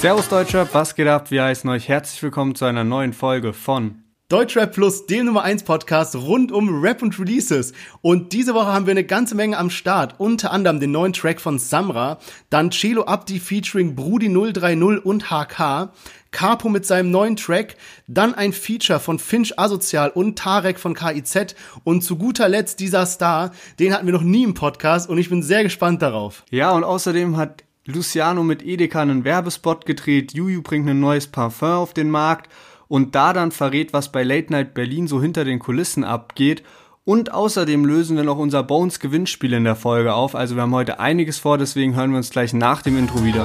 Servus Deutschrap, was geht ab? Wir heißen euch herzlich willkommen zu einer neuen Folge von Deutschrap Plus, dem Nummer 1 Podcast rund um Rap und Releases. Und diese Woche haben wir eine ganze Menge am Start. Unter anderem den neuen Track von Samra, dann Celo Abdi featuring Brudi 030 und HK, Capo mit seinem neuen Track, dann ein Feature von Finch Asozial und Tarek von KIZ und zu guter Letzt dieser Star, den hatten wir noch nie im Podcast und ich bin sehr gespannt darauf. Ja, und außerdem hat Luciano mit Edeka einen Werbespot gedreht, Juju bringt ein neues Parfum auf den Markt und da dann verrät, was bei Late Night Berlin so hinter den Kulissen abgeht. Und außerdem lösen wir noch unser Bones-Gewinnspiel in der Folge auf. Also wir haben heute einiges vor, deswegen hören wir uns gleich nach dem Intro wieder.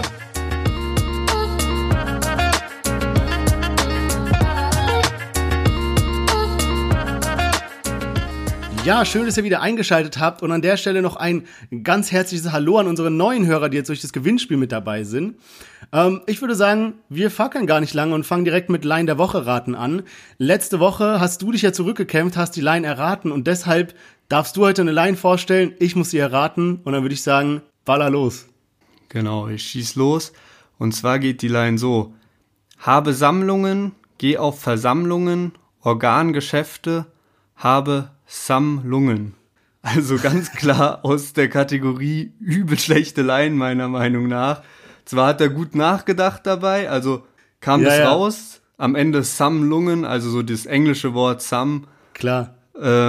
Ja, schön, dass ihr wieder eingeschaltet habt und an der Stelle noch ein ganz herzliches Hallo an unsere neuen Hörer, die jetzt durch das Gewinnspiel mit dabei sind. Ich würde sagen, wir fackeln gar nicht lange und fangen direkt mit Line der Woche raten an. Letzte Woche hast du dich ja zurückgekämpft, hast die Line erraten und deshalb darfst du heute eine Line vorstellen, ich muss sie erraten und dann würde ich sagen, baller los. Genau, ich schieß los und zwar geht die Line so: Habe Sammlungen, geh auf Versammlungen, Organgeschäfte, habe Sammlungen. Also ganz klar aus der Kategorie übel schlechte Line meiner Meinung nach. Zwar hat er gut nachgedacht dabei, also kam das raus, am Ende Sammlungen, also so das englische Wort Sam. Klar.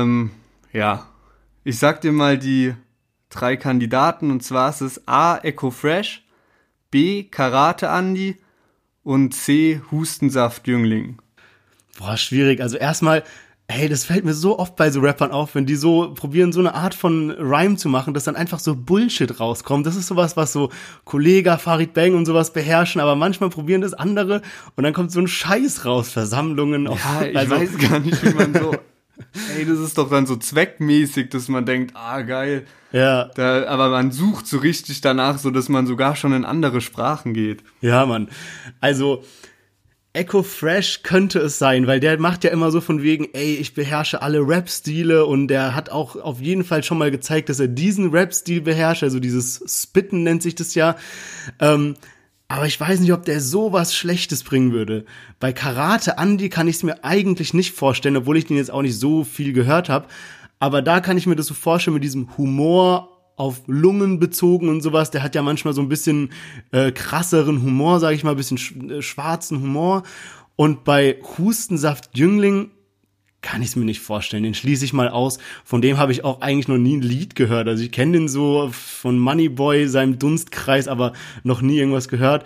Ja, ich sag dir mal die 3 Kandidaten und zwar ist es A. Echo Fresh, B. Karate Andi und C. Hustensaft Jüngling. Boah, schwierig. Also erstmal, hey, das fällt mir so oft bei so Rappern auf, wenn die so probieren, so eine Art von Rhyme zu machen, dass dann einfach so Bullshit rauskommt. Das ist sowas, was so Kollega, Farid Bang und sowas beherrschen, aber manchmal probieren das andere und dann kommt so ein Scheiß raus, Versammlungen. Ja, ich weiß gar nicht, wie man so, ey, das ist doch dann so zweckmäßig, dass man denkt, geil. Ja. Aber man sucht so richtig danach, so dass man sogar schon in andere Sprachen geht. Ja, Mann. Also Echo Fresh könnte es sein, weil der macht ja immer so von wegen, ey, ich beherrsche alle Rap-Stile und der hat auch auf jeden Fall schon mal gezeigt, dass er diesen Rap-Stil beherrscht, also dieses Spitten nennt sich das ja. Aber ich weiß nicht, ob der sowas Schlechtes bringen würde. Bei Karate Andi kann ich es mir eigentlich nicht vorstellen, obwohl ich den jetzt auch nicht so viel gehört habe. Aber da kann ich mir das so vorstellen mit diesem Humor auf Lungen bezogen und sowas, der hat ja manchmal so ein bisschen krasseren Humor, sag ich mal, ein bisschen schwarzen Humor. Und bei Hustensaft Jüngling kann ich es mir nicht vorstellen, den schließe ich mal aus. Von dem habe ich auch eigentlich noch nie ein Lied gehört. Also ich kenne den so von Moneyboy, seinem Dunstkreis, aber noch nie irgendwas gehört.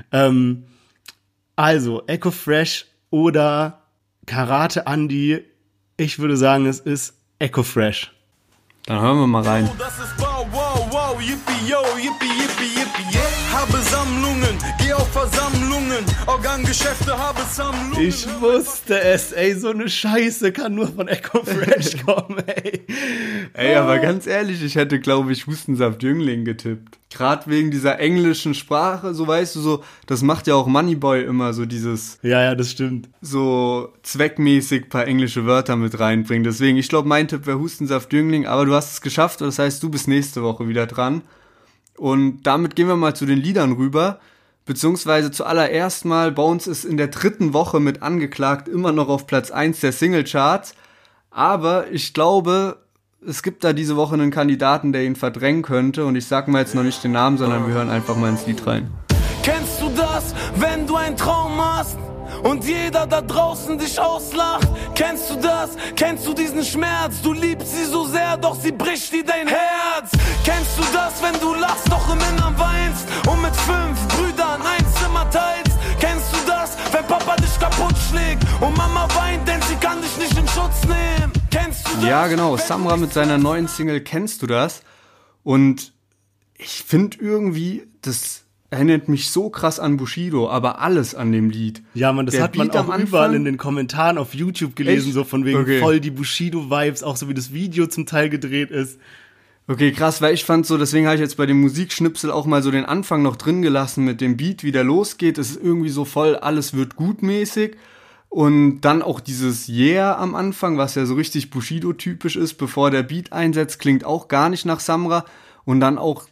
Also Echo Fresh oder Karate Andi, ich würde sagen, es ist Echo Fresh. Dann hören wir mal rein. Das ist wow, wow, wow, yippie, yo, yippie, yippie, yippie, yeah. Habe Sammlungen, geh auf Versammlungen, Organgeschäfte, habe Sammlungen. Ich wusste es, ey, so eine Scheiße kann nur von Echo Fresh kommen, ey. Ey, aber ganz ehrlich, ich hätte, glaube ich, Hustensaft Jüngling getippt. Gerade wegen dieser englischen Sprache, so weißt du, so, das macht ja auch Moneyboy immer so dieses... Ja, das stimmt. So zweckmäßig paar englische Wörter mit reinbringen. Deswegen, ich glaube, mein Tipp wäre Hustensaft Jüngling, aber du hast es geschafft, das heißt, du bist nächste Woche wieder dran. Und damit gehen wir mal zu den Liedern rüber, beziehungsweise zuallererst mal, Bones ist in der 3. Woche mit Angeklagt immer noch auf Platz 1 der Singlecharts, aber ich glaube, es gibt da diese Woche einen Kandidaten, der ihn verdrängen könnte und ich sag mal jetzt noch nicht den Namen, sondern wir hören einfach mal ins Lied rein. Kennst du das, wenn du einen Traum hast und jeder da draußen dich auslacht? Kennst du das? Kennst du diesen Schmerz? Du liebst sie so sehr, doch sie bricht dir dein Herz. Kennst du das, wenn du lachst, doch im Innern weinst und mit 5 Brüdern ein Zimmer teilst? Kennst du das, wenn Papa dich kaputt schlägt und Mama weint, denn sie kann dich nicht in Schutz nehmen? Kennst du das? Ja, genau, Samra mit seiner neuen Single Kennst du das? Und ich finde irgendwie, das erinnert mich so krass an Bushido, aber alles an dem Lied. Ja, man, das Der hat man Beat auch am überall Anfang- in den Kommentaren auf YouTube gelesen, Echt? so von wegen Okay. voll die Bushido-Vibes, auch so wie das Video zum Teil gedreht ist. Okay, krass, weil ich fand so, deswegen habe ich jetzt bei dem Musikschnipsel auch mal so den Anfang noch drin gelassen mit dem Beat, wie der losgeht. Es ist irgendwie so voll, alles wird gut mäßig. Und dann auch dieses Yeah am Anfang, was ja so richtig Bushido-typisch ist, bevor der Beat einsetzt, klingt auch gar nicht nach Samra. Und dann auch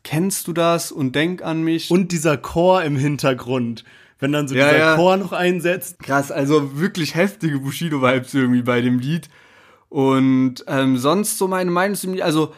kennst du das und denk an mich. Und dieser Chor im Hintergrund, wenn dann so dieser Chor noch einsetzt. Krass, also wirklich heftige Bushido-Vibes irgendwie bei dem Lied. Und sonst so meine Meinung zum Lied, also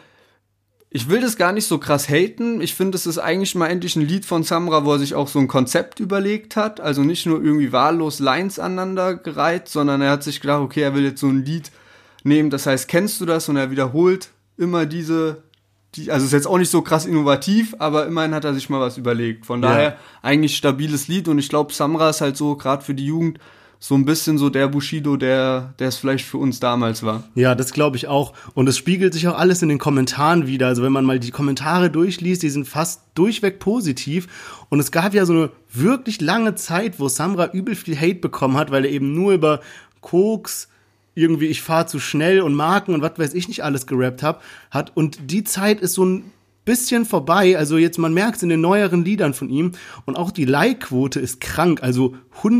ich will das gar nicht so krass haten. Ich finde, es ist eigentlich mal endlich ein Lied von Samra, wo er sich auch so ein Konzept überlegt hat. Also nicht nur irgendwie wahllos Lines aneinander gereiht, sondern er hat sich gedacht, okay, er will jetzt so ein Lied nehmen, das heißt, kennst du das? Und er wiederholt immer also ist jetzt auch nicht so krass innovativ, aber immerhin hat er sich mal was überlegt. Von daher eigentlich stabiles Lied und ich glaube, Samra ist halt so, gerade für die Jugend, so ein bisschen so der Bushido, der es vielleicht für uns damals war. Ja, das glaube ich auch. Und es spiegelt sich auch alles in den Kommentaren wieder. Also wenn man mal die Kommentare durchliest, die sind fast durchweg positiv. Und es gab ja so eine wirklich lange Zeit, wo Samra übel viel Hate bekommen hat, weil er eben nur über Koks, irgendwie ich fahr zu schnell und Marken und was weiß ich nicht alles gerappt hat. Und die Zeit ist so ein bisschen vorbei, also jetzt, man merkt es in den neueren Liedern von ihm und auch die Like-Quote ist krank, also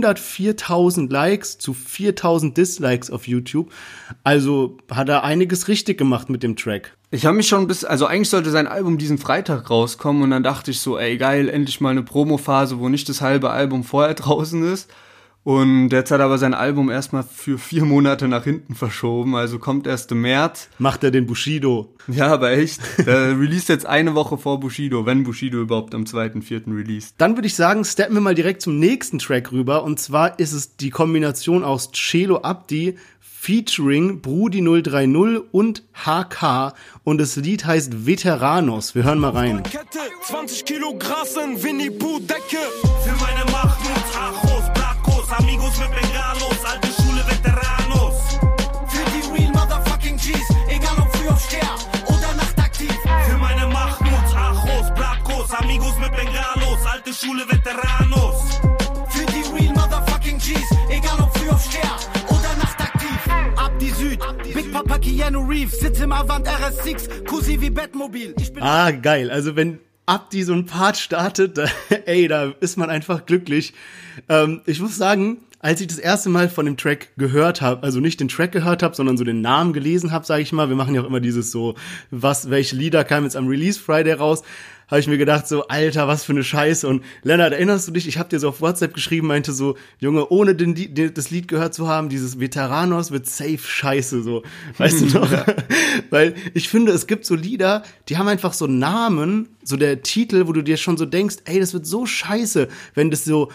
104.000 Likes zu 4.000 Dislikes auf YouTube, also hat er einiges richtig gemacht mit dem Track. Ich habe mich schon also eigentlich sollte sein Album diesen Freitag rauskommen und dann dachte ich so, ey geil, endlich mal eine Promophase, wo nicht das halbe Album vorher draußen ist. Und jetzt hat er aber sein Album erstmal für 4 Monate nach hinten verschoben, also kommt erst im März. Macht er den Bushido? Ja, aber echt. Der released jetzt eine Woche vor Bushido, wenn Bushido überhaupt am 2.4. released. Dann würde ich sagen, steppen wir mal direkt zum nächsten Track rüber. Und zwar ist es die Kombination aus Celo Abdi featuring Brudi 030 und HK. Und das Lied heißt Veteranos. Wir hören mal rein. 20 Kilo Gras in Winnie Pooh Decke. Für meine Mahmouds, Achos, Blackos, Amigos mit Bengalos, alte Schule Veteranos. Für die real motherfucking G's, egal ob früh auf Stern oder nachtaktiv. Für meine Mahmouds, Achos, Blackos, Amigos mit Bengalos, alte Schule Veteranos. Für die real motherfucking G's, egal ob früh auf Stern oder nachtaktiv. Abdi Süd, Big Papa Keanu Reeves, sitz im Avant RS6, Cousi wie Bettmobil. Geil, also wenn Abdi so ein Part startet, da ist man einfach glücklich. Ich muss sagen, als ich das erste Mal von dem Track gehört habe, also nicht den Track gehört habe, sondern so den Namen gelesen habe, sage ich mal, wir machen ja auch immer dieses so, welche Lieder kamen jetzt am Release Friday raus, habe ich mir gedacht so, Alter, was für eine Scheiße. Und Lennart, erinnerst du dich, ich habe dir so auf WhatsApp geschrieben, meinte so, Junge, ohne das Lied gehört zu haben, dieses Veteranos wird safe scheiße, so, weißt du noch? Weil ich finde, es gibt so Lieder, die haben einfach so Namen, so der Titel, wo du dir schon so denkst, ey, das wird so scheiße, wenn das so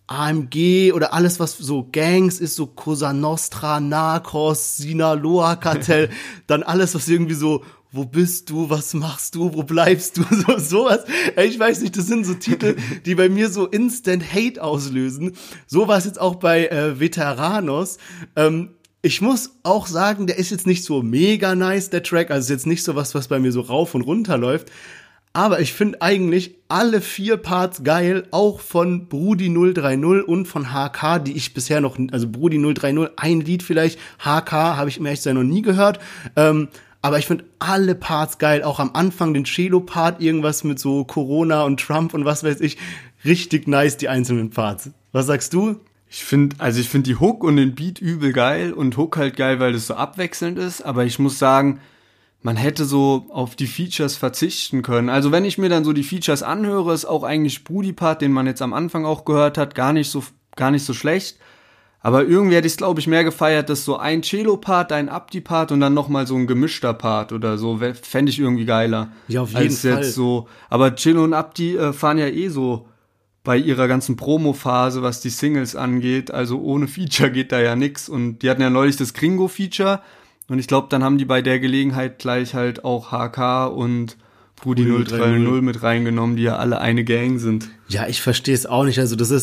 AMG oder alles, was so Gangs ist, so Cosa Nostra, Narcos, Sinaloa Kartell, dann alles, was irgendwie so, wo bist du, was machst du, wo bleibst du, sowas. Ich weiß nicht, das sind so Titel, die bei mir so Instant Hate auslösen. So war es jetzt auch bei Veteranos. Ich muss auch sagen, der ist jetzt nicht so mega nice, der Track, also ist jetzt nicht so was bei mir so rauf und runter läuft. Aber ich finde eigentlich alle 4 Parts geil, auch von Brudi 030 und von HK, die ich bisher noch, also Brudi 030, ein Lied vielleicht, HK habe ich im ehrlich noch nie gehört, aber ich finde alle Parts geil, auch am Anfang den Celo-Part, irgendwas mit so Corona und Trump und was weiß ich, richtig nice, die einzelnen Parts. Was sagst du? Ich finde die Hook und den Beat übel geil und Hook halt geil, weil das so abwechselnd ist, aber ich muss sagen, man hätte so auf die Features verzichten können. Also wenn ich mir dann so die Features anhöre, ist auch eigentlich Brudi-Part, den man jetzt am Anfang auch gehört hat, gar nicht so schlecht. Aber irgendwie hätte ich es, glaube ich, mehr gefeiert, dass so ein Celo-Part, ein Abdi-Part und dann nochmal so ein gemischter Part oder so, fände ich irgendwie geiler. Ja, auf jeden Fall. Jetzt so. Aber Celo und Abdi fahren ja eh so bei ihrer ganzen Promo-Phase, was die Singles angeht. Also ohne Feature geht da ja nix. Und die hatten ja neulich das Gringo-Feature. Und ich glaube, dann haben die bei der Gelegenheit gleich halt auch HK und Brudi 030 mit reingenommen, die ja alle eine Gang sind. Ja, ich verstehe es auch nicht.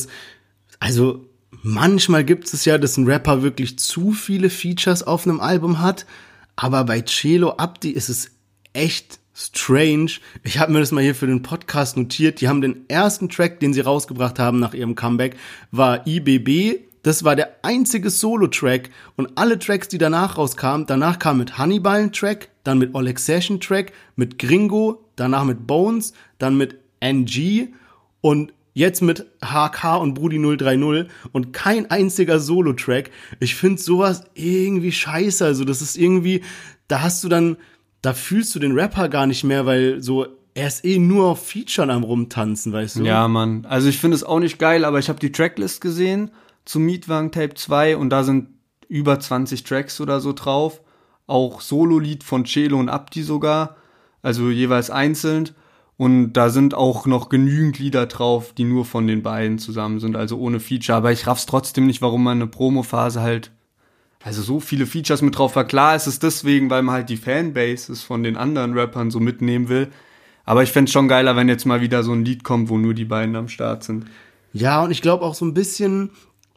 Also manchmal gibt es ja, dass ein Rapper wirklich zu viele Features auf einem Album hat. Aber bei Celo Abdi ist es echt strange. Ich habe mir das mal hier für den Podcast notiert. Die haben den ersten Track, den sie rausgebracht haben nach ihrem Comeback, war IBB. Das war der einzige Solo-Track und alle Tracks, die danach rauskamen, kam mit Hannibal ein Track, dann mit Oleg Session Track, mit Gringo, danach mit Bones, dann mit NG und jetzt mit HK und Brudi 030 und kein einziger Solo-Track. Ich finde sowas irgendwie scheiße, also das ist irgendwie, da fühlst du den Rapper gar nicht mehr, weil so er ist nur auf Featuren am Rumtanzen, weißt du? Ja, Mann. Also ich finde es auch nicht geil, aber ich habe die Tracklist gesehen zum Mietwagen Tape 2 und da sind über 20 Tracks oder so drauf. Auch Solo-Lied von Celo und Abdi sogar, also jeweils einzeln. Und da sind auch noch genügend Lieder drauf, die nur von den beiden zusammen sind, also ohne Feature. Aber ich raff's trotzdem nicht, warum man eine Promophase halt, also so viele Features mit drauf war. Klar ist es deswegen, weil man halt die Fanbases von den anderen Rappern so mitnehmen will. Aber ich fänd's schon geiler, wenn jetzt mal wieder so ein Lied kommt, wo nur die beiden am Start sind. Ja, und ich glaube auch so ein bisschen,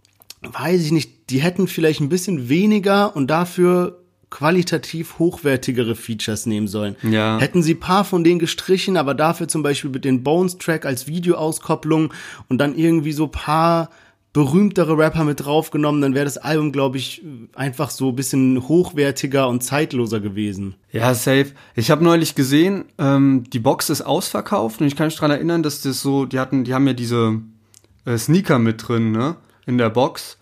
weiß ich nicht, die hätten vielleicht ein bisschen weniger und dafür qualitativ hochwertigere Features nehmen sollen. Ja. Hätten sie ein paar von denen gestrichen, aber dafür zum Beispiel mit den Bones-Track als Videoauskopplung und dann irgendwie so ein paar berühmtere Rapper mit draufgenommen, dann wäre das Album, glaube ich, einfach so ein bisschen hochwertiger und zeitloser gewesen. Ja, safe. Ich habe neulich gesehen, die Box ist ausverkauft und ich kann mich daran erinnern, dass das so, die haben ja diese Sneaker mit drin, ne, in der Box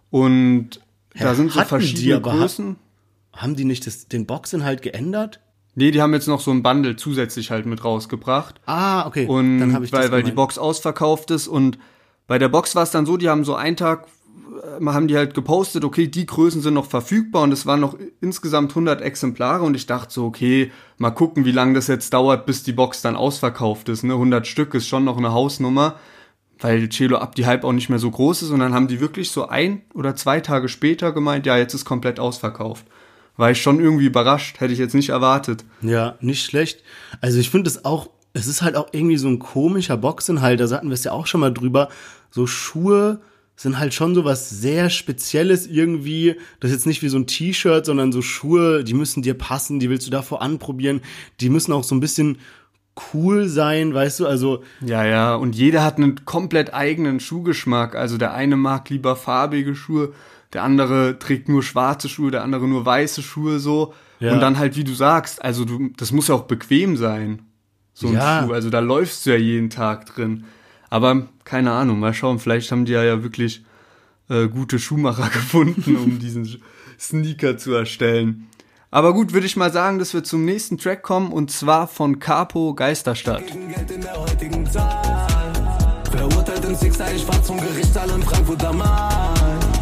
und da sind so verschiedene Größen. Haben die nicht den Boxinhalt geändert? Nee, die haben jetzt noch so ein Bundle zusätzlich halt mit rausgebracht. Ah, okay. Und dann hab ich das weil die Box ausverkauft ist und bei der Box war es dann so, die haben so einen Tag, haben die halt gepostet, okay, die Größen sind noch verfügbar und es waren noch insgesamt 100 Exemplare und ich dachte so, okay, mal gucken, wie lange das jetzt dauert, bis die Box dann ausverkauft ist, ne, 100 Stück ist schon noch eine Hausnummer, weil Celo Abdi Hype auch nicht mehr so groß ist und dann haben die wirklich so 1 oder 2 Tage später gemeint, ja, jetzt ist komplett ausverkauft. War ich schon irgendwie überrascht, hätte ich jetzt nicht erwartet. Ja, nicht schlecht. Also ich finde es ist halt auch irgendwie so ein komischer Boxinhalt, da hatten wir es ja auch schon mal drüber. So Schuhe sind halt schon so was sehr Spezielles irgendwie. Das ist jetzt nicht wie so ein T-Shirt, sondern so Schuhe, die müssen dir passen, die willst du davor anprobieren. Die müssen auch so ein bisschen cool sein, weißt du, also. Ja, und jeder hat einen komplett eigenen Schuhgeschmack. Also der eine mag lieber farbige Schuhe, der andere trägt nur schwarze Schuhe, der andere nur weiße Schuhe so. Ja. Und dann halt, wie du sagst, also das muss ja auch bequem sein, so ein Schuh. Also da läufst du ja jeden Tag drin. Aber keine Ahnung, mal schauen, vielleicht haben die ja wirklich gute Schuhmacher gefunden, um diesen Sneaker zu erstellen. Aber gut, würde ich mal sagen, dass wir zum nächsten Track kommen, und zwar von Capo, Geisterstadt. Geld in der heutigen Zeit. Verurteilt in Schicksal, ich fahr zum Gerichtssaal in Frankfurt am Main.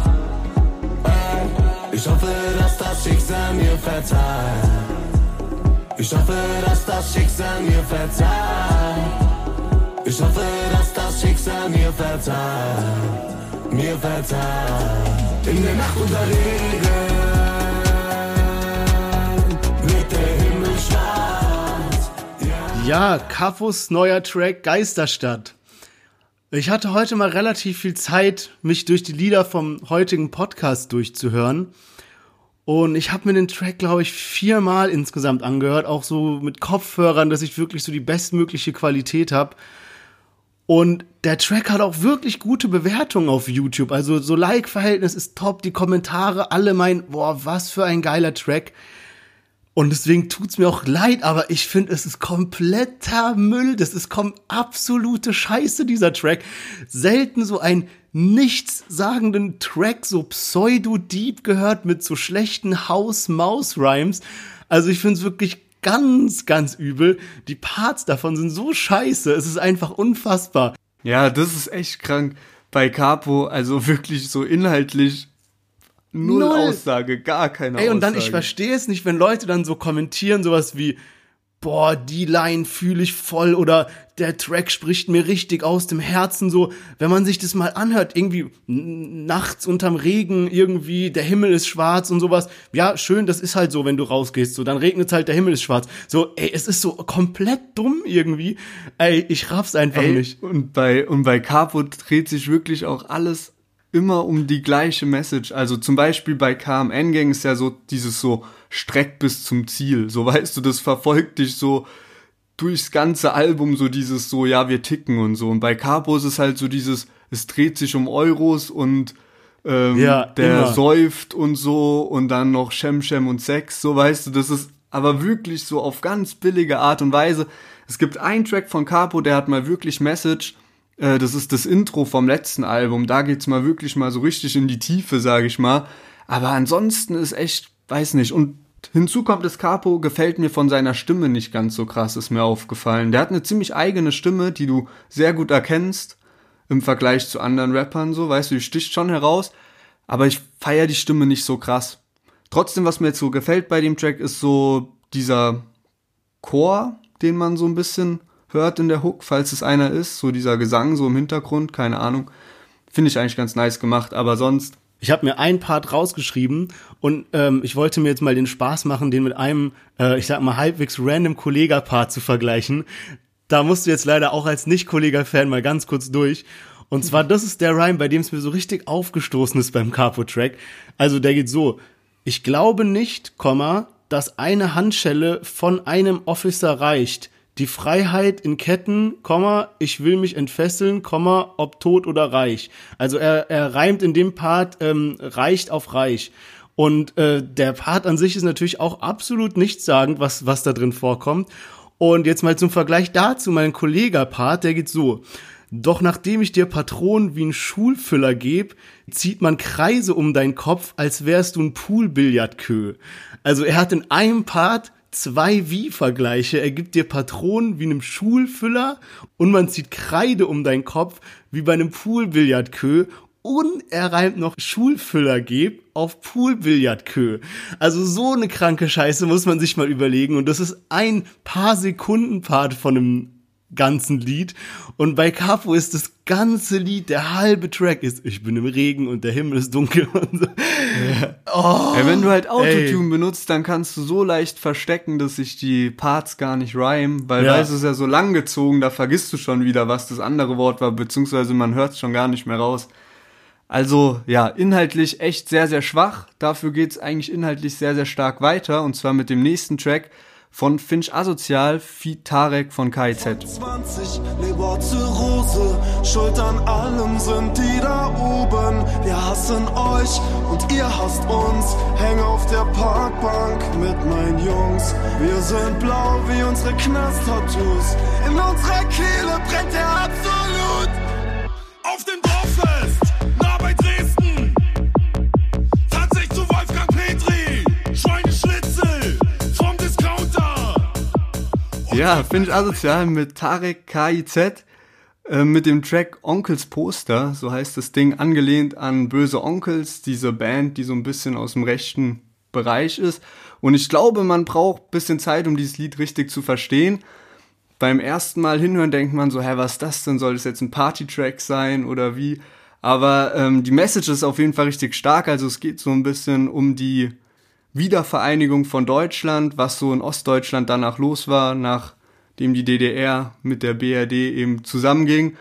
Ich hoffe, dass das Schicksal mir verzeiht. Ich hoffe, dass das Schicksal mir verzeiht. Ich hoffe, dass das Schicksal mir verzeiht. Mir verzeiht. In der Nacht unter Regen wird der Himmel schwarz. Ja, Capos neuer Track Geisterstadt. Ich hatte heute mal relativ viel Zeit, mich durch die Lieder vom heutigen Podcast durchzuhören. Und ich habe mir den Track, glaube ich, 4-mal insgesamt angehört, auch so mit Kopfhörern, dass ich wirklich so die bestmögliche Qualität habe. Und der Track hat auch wirklich gute Bewertungen auf YouTube. Also so Like-Verhältnis ist top, die Kommentare, alle meinen, boah, was für ein geiler Track. Und deswegen tut's mir auch leid, aber ich finde, es ist kompletter Müll. Das ist absolute Scheiße, dieser Track. Selten so einen nichtssagenden Track, so pseudo-deep gehört mit so schlechten Haus-Maus-Rhymes. Also ich finde es wirklich ganz, ganz übel. Die Parts davon sind so scheiße. Es ist einfach unfassbar. Ja, das ist echt krank bei Capo. Also wirklich so inhaltlich Null Aussage, gar keine Aussage. Und dann, ich verstehe es nicht, wenn Leute dann so kommentieren, sowas wie, boah, die Line fühle ich voll, oder der Track spricht mir richtig aus dem Herzen, so, wenn man sich das mal anhört, irgendwie nachts unterm Regen, irgendwie, der Himmel ist schwarz und sowas, ja, schön, das ist halt so, wenn du rausgehst, so, dann regnet halt, der Himmel ist schwarz, so, es ist so komplett dumm irgendwie, ich raff's einfach nicht. Und bei Capo dreht sich wirklich auch alles immer um die gleiche Message. Also zum Beispiel bei KMN Gang ist ja so dieses so Streck bis zum Ziel. So, weißt du, das verfolgt dich so durchs ganze Album, so dieses so, ja, wir ticken und so. Und bei Capo ist es halt so dieses, es dreht sich um Euros und der immer säuft und so und dann noch Shem und Sex. So, weißt du, das ist aber wirklich so auf ganz billige Art und Weise. Es gibt einen Track von Capo, der hat mal wirklich Message. Das ist das Intro vom letzten Album. Da geht's mal wirklich mal so richtig in die Tiefe, sag ich mal. Aber ansonsten ist echt, weiß nicht. Und Hinzu kommt, das Capo gefällt mir von seiner Stimme nicht ganz so krass, ist mir aufgefallen. Der hat eine ziemlich eigene Stimme, die du sehr gut erkennst im Vergleich zu anderen Rappern, so, weißt du, die sticht schon heraus, aber ich feiere die Stimme nicht so krass. Trotzdem, was mir jetzt so gefällt bei dem Track, ist so dieser Chor, den man so ein bisschen hört in der Hook, falls es einer ist, so dieser Gesang so im Hintergrund, keine Ahnung. Finde ich eigentlich ganz nice gemacht, aber sonst... Ich habe mir einen Part rausgeschrieben und ich wollte mir jetzt mal den Spaß machen, den mit einem, ich sag mal, halbwegs random Kollega-Part zu vergleichen. Da musst du jetzt leider auch als Nicht-Kollega-Fan mal ganz kurz durch. Und zwar, das ist der Rhyme, bei dem es mir so richtig aufgestoßen ist beim Capo-Track. Also der geht so: Ich glaube nicht, dass eine Handschelle von einem Officer reicht. Die Freiheit in Ketten, ich will mich entfesseln, ob tot oder reich. Also er reimt in dem Part reicht auf reich. Und der Part an sich ist natürlich auch absolut nichtssagend, was da drin vorkommt. Und jetzt mal zum Vergleich dazu, mein Kollega-Part, der geht so: Doch nachdem ich dir Patronen wie ein Schulfüller geb, zieht man Kreise um deinen Kopf, als wärst du ein Poolbillardkö. Also er hat in einem Part 2 Wie-Vergleiche. Er gibt dir Patronen wie einem Schulfüller und man zieht Kreide um deinen Kopf wie bei einem Poolbillardkö. Und er reimt noch Schulfüller geb auf Poolbillardkö. Also so eine kranke Scheiße muss man sich mal überlegen. Und das ist ein paar Sekunden Part von einem ganzen Lied. Und bei Capo ist das ganze Lied, der halbe Track ist: Ich bin im Regen und der Himmel ist dunkel. Und so. Ja. Oh, ja, wenn du halt Autotune benutzt, dann kannst du so leicht verstecken, dass sich die Parts gar nicht rhymen, weil es ist ja so lang gezogen, da vergisst du schon wieder, was das andere Wort war, beziehungsweise man hört es schon gar nicht mehr raus. Also ja, inhaltlich echt sehr, sehr schwach. Dafür geht's eigentlich inhaltlich sehr, sehr stark weiter, und zwar mit dem nächsten Track von Finch Asozial, feat. Tarek von KIZ. 20, Leberzirrhose, schuld an allem sind die da oben. Wir hassen euch und ihr hasst uns. Häng auf der Parkbank mit meinen Jungs. Wir sind blau wie unsere Knast-Tattoos. In unserer Kehle brennt der Absolut. Auf dem Dorffest, nah bei Dresden. Tatsächlich zu Wolfgang Petri. Schweineschnitzel vom Discounter. Ja, Finch Asozial mit Tarek KIZ, mit dem Track Onkels Poster, so heißt das Ding, angelehnt an Böse Onkels, diese Band, die so ein bisschen aus dem rechten Bereich ist. Und ich glaube, man braucht ein bisschen Zeit, um dieses Lied richtig zu verstehen. Beim ersten Mal hinhören denkt man so, was ist das denn? Soll das jetzt ein Party-Track sein oder wie? Aber die Message ist auf jeden Fall richtig stark. Also es geht so ein bisschen um die Wiedervereinigung von Deutschland, was so in Ostdeutschland danach los war, nachdem die DDR mit der BRD eben zusammenging.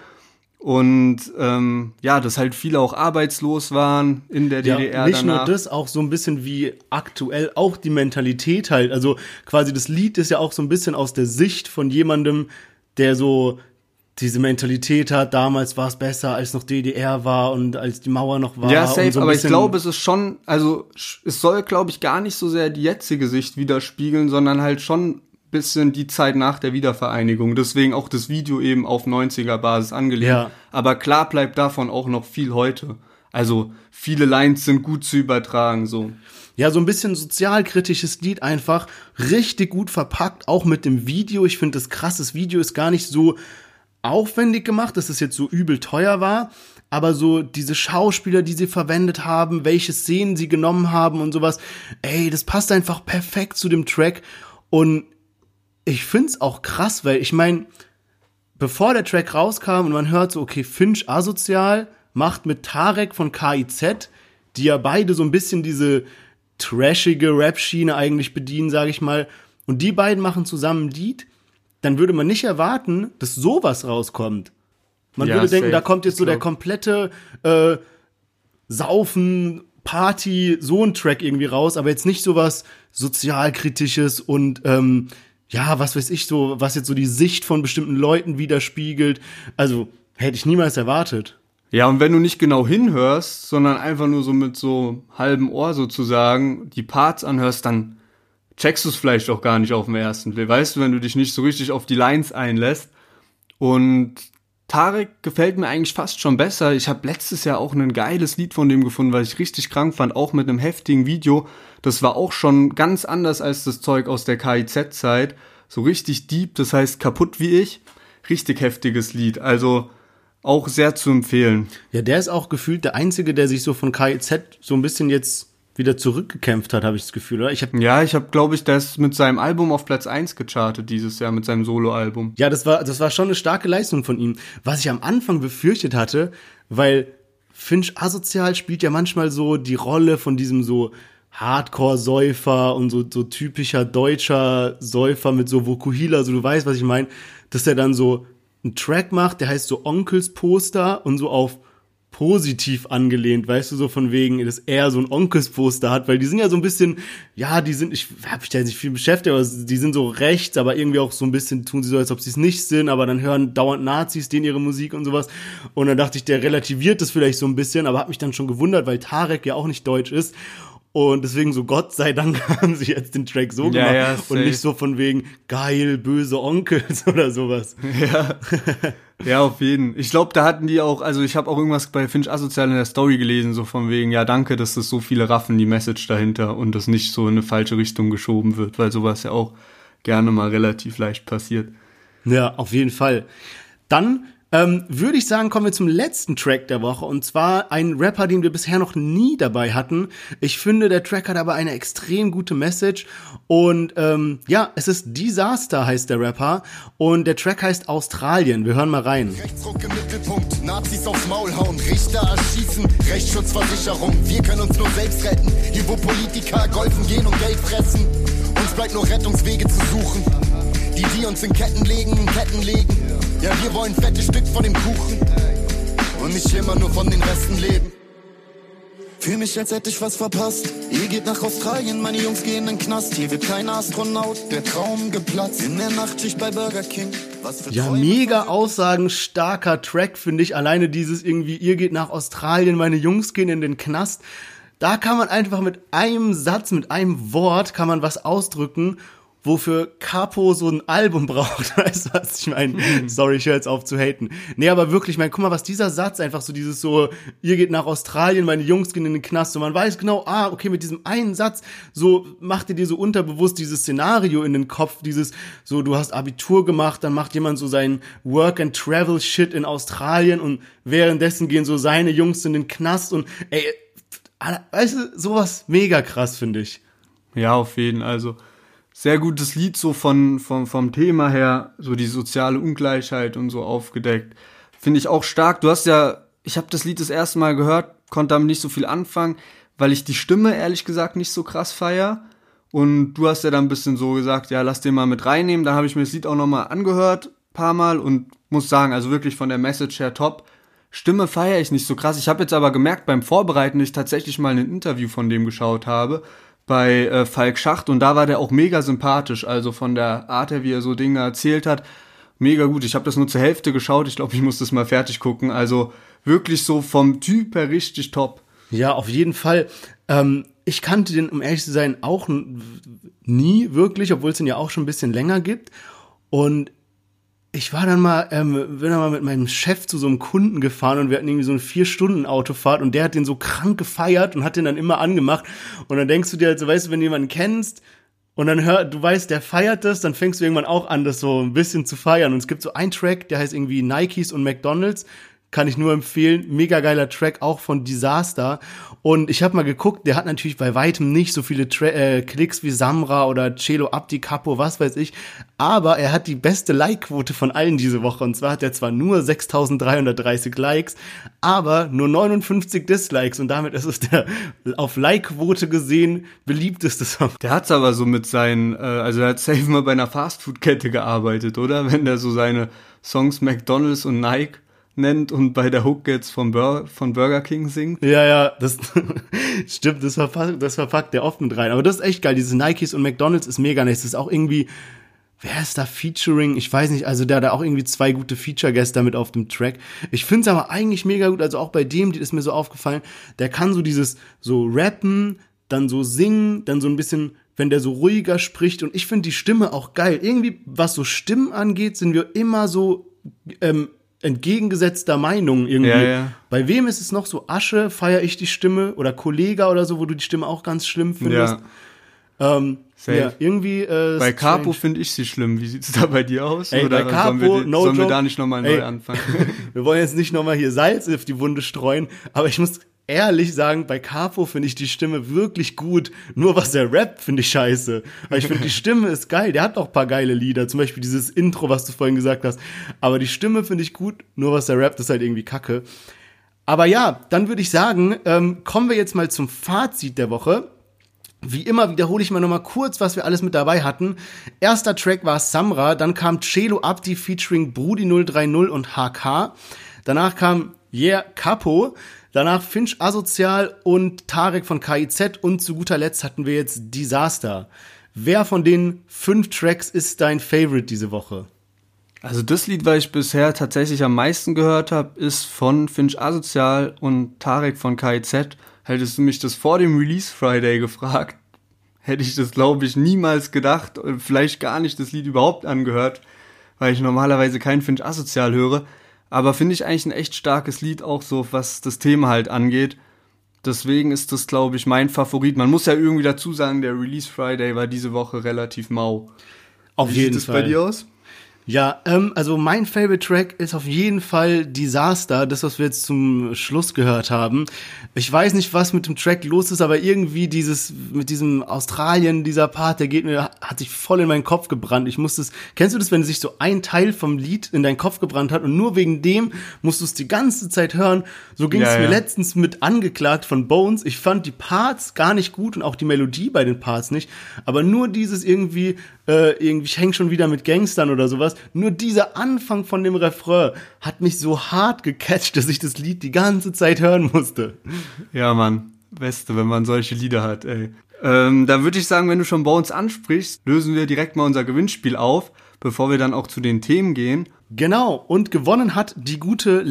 Und dass halt viele auch arbeitslos waren in der DDR nicht danach. Nur das, auch so ein bisschen wie aktuell auch die Mentalität halt. Also quasi das Lied ist ja auch so ein bisschen aus der Sicht von jemandem, der so diese Mentalität hat, damals war es besser, als noch DDR war und als die Mauer noch war. Ja, safe, und so aber ich glaube, es ist schon, also es soll, glaube ich, gar nicht so sehr die jetzige Sicht widerspiegeln, sondern halt schon bisschen die Zeit nach der Wiedervereinigung. Deswegen auch das Video eben auf 90er-Basis angelegt. Ja. Aber klar bleibt davon auch noch viel heute. Also viele Lines sind gut zu übertragen, so. Ja, so ein bisschen sozialkritisches Lied einfach, richtig gut verpackt, auch mit dem Video. Ich finde das krass, das Video ist gar nicht so aufwendig gemacht, dass es jetzt so übel teuer war, aber so diese Schauspieler, die sie verwendet haben, welche Szenen sie genommen haben und sowas, das passt einfach perfekt zu dem Track. Und ich find's auch krass, weil ich meine, bevor der Track rauskam und man hört so, okay, Finch Asozial macht mit Tarek von KIZ, die ja beide so ein bisschen diese trashige Rap-Schiene eigentlich bedienen, sage ich mal, und die beiden machen zusammen ein Lied, dann würde man nicht erwarten, dass sowas rauskommt. Man würde denken, da kommt jetzt so der komplette Saufen, Party, so ein Track irgendwie raus, aber jetzt nicht sowas Sozialkritisches und was weiß ich, so, was jetzt so die Sicht von bestimmten Leuten widerspiegelt. Also, hätte ich niemals erwartet. Ja, und wenn du nicht genau hinhörst, sondern einfach nur so mit so halbem Ohr sozusagen die Parts anhörst, dann checkst du es vielleicht auch gar nicht auf den ersten Blick. Weißt du, wenn du dich nicht so richtig auf die Lines einlässt. Und Tarek gefällt mir eigentlich fast schon besser. Ich habe letztes Jahr auch ein geiles Lied von dem gefunden, weil ich richtig krank fand, auch mit einem heftigen Video. Das war auch schon ganz anders als das Zeug aus der KIZ-Zeit. So richtig deep, das heißt kaputt wie ich. Richtig heftiges Lied, also auch sehr zu empfehlen. Ja, der ist auch gefühlt der Einzige, der sich so von KIZ so ein bisschen jetzt wieder zurückgekämpft hat, habe ich das Gefühl, oder? Ich habe, glaube ich, der ist mit seinem Album auf Platz 1 gechartet dieses Jahr, mit seinem Soloalbum. Ja, das war schon eine starke Leistung von ihm. Was ich am Anfang befürchtet hatte, weil Finch Asozial spielt ja manchmal so die Rolle von diesem so Hardcore-Säufer und so typischer deutscher Säufer mit so Vokuhila, so du weißt, was ich meine, dass der dann so einen Track macht, der heißt so Onkels Poster und so auf positiv angelehnt, weißt du, so von wegen, dass er so ein Onkels-Poster hat, weil die sind ja so ein bisschen, ja, ich hab mich da jetzt nicht viel beschäftigt, aber die sind so rechts, aber irgendwie auch so ein bisschen tun sie so, als ob sie es nicht sind, aber dann hören dauernd Nazis denen ihre Musik und sowas und dann dachte ich, der relativiert das vielleicht so ein bisschen, aber hat mich dann schon gewundert, weil Tarek ja auch nicht deutsch ist. Und deswegen so, Gott sei Dank haben sie jetzt den Track so gemacht und nicht so von wegen geil, böse Onkels oder sowas. Ja, auf jeden. Ich glaube, da hatten die auch, also ich habe auch irgendwas bei Finch Asozial in der Story gelesen, so von wegen, ja danke, dass das so viele raffen, die Message dahinter und das nicht so in eine falsche Richtung geschoben wird, weil sowas ja auch gerne mal relativ leicht passiert. Ja, auf jeden Fall. Dann würde ich sagen, kommen wir zum letzten Track der Woche und zwar ein Rapper, den wir bisher noch nie dabei hatten. Ich finde, der Track hat aber eine extrem gute Message und es ist Disaster heißt der Rapper und der Track heißt Australien. Wir hören mal rein. Rechtsruck im Mittelpunkt, Nazis aufs Maul hauen, Richter erschießen, Rechtsschutzversicherung, wir können uns nur selbst retten. Hier wo Politiker golfen gehen und Geld fressen, uns bleibt nur Rettungswege zu suchen. Die uns in Ketten legen. Ja, wir wollen fettes Stück von dem Kuchen und nicht immer nur von den Resten leben. Fühl mich, als hätte ich was verpasst. Ihr geht nach Australien, meine Jungs gehen in den Knast. Hier wird kein Astronaut, der Traum geplatzt. In der Nachtschicht bei Burger King. Was für ja, mega aussagenstarker Track, finde ich. Alleine dieses irgendwie, ihr geht nach Australien, meine Jungs gehen in den Knast. Da kann man einfach mit einem Satz, mit einem Wort kann man was ausdrücken, wofür Capo so ein Album braucht. Weißt du, was ich meine? Sorry, ich höre jetzt auf zu haten. Nee, aber wirklich, ich meine, guck mal, was dieser Satz einfach so dieses so, ihr geht nach Australien, meine Jungs gehen in den Knast. Und man weiß genau, okay, mit diesem einen Satz, so macht ihr dir so unterbewusst dieses Szenario in den Kopf, dieses so, du hast Abitur gemacht, dann macht jemand so seinen Work-and-Travel-Shit in Australien und währenddessen gehen so seine Jungs in den Knast und ey, weißt du, sowas mega krass, finde ich. Ja, auf jeden Fall, also sehr gutes Lied, so vom Thema her, so die soziale Ungleichheit und so aufgedeckt. Finde ich auch stark. Ich habe das Lied das erste Mal gehört, konnte damit nicht so viel anfangen, weil ich die Stimme ehrlich gesagt nicht so krass feier. Und du hast ja dann ein bisschen so gesagt, ja, lass den mal mit reinnehmen. Dann habe ich mir das Lied auch nochmal angehört, paar Mal und muss sagen, also wirklich von der Message her top. Stimme feiere ich nicht so krass. Ich habe jetzt aber gemerkt beim Vorbereiten, dass ich tatsächlich mal ein Interview von dem geschaut habe, bei Falk Schacht und da war der auch mega sympathisch, also von der Art her, wie er so Dinge erzählt hat, mega gut. Ich habe das nur zur Hälfte geschaut, ich glaube, ich muss das mal fertig gucken, also wirklich so vom Typ her richtig top. Ja, auf jeden Fall. Ich kannte den, um ehrlich zu sein, auch nie wirklich, obwohl es ihn ja auch schon ein bisschen länger gibt und ich war dann mal, bin dann mal mit meinem Chef zu so einem Kunden gefahren und wir hatten irgendwie so eine 4-Stunden-Autofahrt und der hat den so krank gefeiert und hat den dann immer angemacht und dann denkst du dir halt so, weißt du, wenn du jemanden kennst und dann du weißt, der feiert das, dann fängst du irgendwann auch an, das so ein bisschen zu feiern und es gibt so einen Track, der heißt irgendwie Nikes und McDonald's, kann ich nur empfehlen, mega geiler Track, auch von Disaster und ich habe mal geguckt, der hat natürlich bei weitem nicht so viele Klicks wie Samra oder Celo Abdi Capo, was weiß ich, aber er hat die beste Like-Quote von allen diese Woche und zwar hat er zwar nur 6.330 Likes, aber nur 59 Dislikes und damit ist es der auf Like-Quote gesehen beliebteste Song. Der hat's aber so mit seinen, also er hat safe mal bei einer Fastfood-Kette gearbeitet, oder? Wenn der so seine Songs McDonald's und Nike nennt und bei der Hook jetzt von Burger King singt. Ja, das stimmt, das verpackt der oft mit rein. Aber das ist echt geil, diese Nikes und McDonald's ist mega nice. Das ist auch irgendwie, wer ist da Featuring? Ich weiß nicht, also der hat da auch irgendwie 2 gute Feature-Gäste mit auf dem Track. Ich find's aber eigentlich mega gut, also auch bei dem, die ist mir so aufgefallen, der kann so dieses so rappen, dann so singen, dann so ein bisschen, wenn der so ruhiger spricht und ich finde die Stimme auch geil. Irgendwie, was so Stimmen angeht, sind wir immer so, entgegengesetzter Meinung irgendwie. Ja. Bei wem ist es noch so? Asche, feiere ich die Stimme, oder Kollega oder so, wo du die Stimme auch ganz schlimm findest. Ja, irgendwie bei Capo strange. finde ich sie schlimm. Wie sieht's da bei dir aus? Ey, Oder bei Capo, sollen wir da nicht nochmal neu anfangen? Wir wollen jetzt nicht nochmal hier Salz auf die Wunde streuen, aber ich muss ehrlich sagen, bei Capo finde ich die Stimme wirklich gut. Nur was der rappt, finde ich scheiße. Aber ich finde, die Stimme ist geil. Der hat auch ein paar geile Lieder. Zum Beispiel dieses Intro, was du vorhin gesagt hast. Aber die Stimme finde ich gut. Nur was der rappt, ist halt irgendwie kacke. Aber ja, dann würde ich sagen, kommen wir jetzt mal zum Fazit der Woche. Wie immer wiederhole ich mal nochmal kurz, was wir alles mit dabei hatten. Erster Track war Samra, dann kam Celo Abdi featuring Brudi 030 und HK. Danach kam Capo. Danach Finch Asozial und Tarek von KIZ. Und zu guter Letzt hatten wir jetzt Disaster. Wer von den 5 Tracks ist dein Favorite diese Woche? Also das Lied, was ich bisher tatsächlich am meisten gehört habe, ist von Finch Asozial und Tarek von KIZ. Hättest du mich das vor dem Release Friday gefragt, hätte ich das, glaube ich, niemals gedacht. Vielleicht gar nicht das Lied überhaupt angehört, weil ich normalerweise kein Finch Asozial höre. Aber finde ich eigentlich ein echt starkes Lied, auch so, was das Thema halt angeht. Deswegen ist das, glaube ich, mein Favorit. Man muss ja irgendwie dazu sagen, der Release Friday war diese Woche relativ mau. Auf jeden Fall. Wie sieht es bei dir aus? Ja, also mein Favorite Track ist auf jeden Fall Disaster, das, was wir jetzt zum Schluss gehört haben. Ich weiß nicht, was mit dem Track los ist, aber irgendwie mit diesem Australien, dieser Part, hat sich voll in meinen Kopf gebrannt. Kennst du das, wenn sich so ein Teil vom Lied in deinen Kopf gebrannt hat und nur wegen dem musst du es die ganze Zeit hören? So ging es mir letztens mit Angeklagt von Bones. Ich fand die Parts gar nicht gut und auch die Melodie bei den Parts nicht, aber nur dieses irgendwie, ich häng schon wieder mit Gangstern oder sowas. Nur dieser Anfang von dem Refrain hat mich so hart gecatcht, dass ich das Lied die ganze Zeit hören musste. Ja, Mann. Beste, wenn man solche Lieder hat, ey. Da würde ich sagen, wenn du schon Bones ansprichst, lösen wir direkt mal unser Gewinnspiel auf, bevor wir dann auch zu den Themen gehen. Genau, und gewonnen hat die gute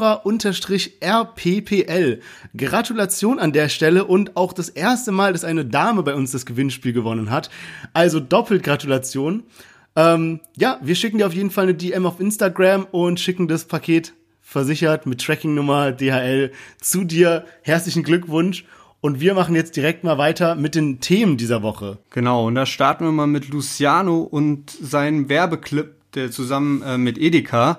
Laura-RPPL. Gratulation an der Stelle und auch das erste Mal, dass eine Dame bei uns das Gewinnspiel gewonnen hat. Also doppelt Gratulation. Wir schicken dir auf jeden Fall eine DM auf Instagram und schicken das Paket versichert mit Trackingnummer DHL zu dir. Herzlichen Glückwunsch. Und wir machen jetzt direkt mal weiter mit den Themen dieser Woche. Genau, und da starten wir mal mit Luciano und seinem Werbeclip, der zusammen mit Edeka.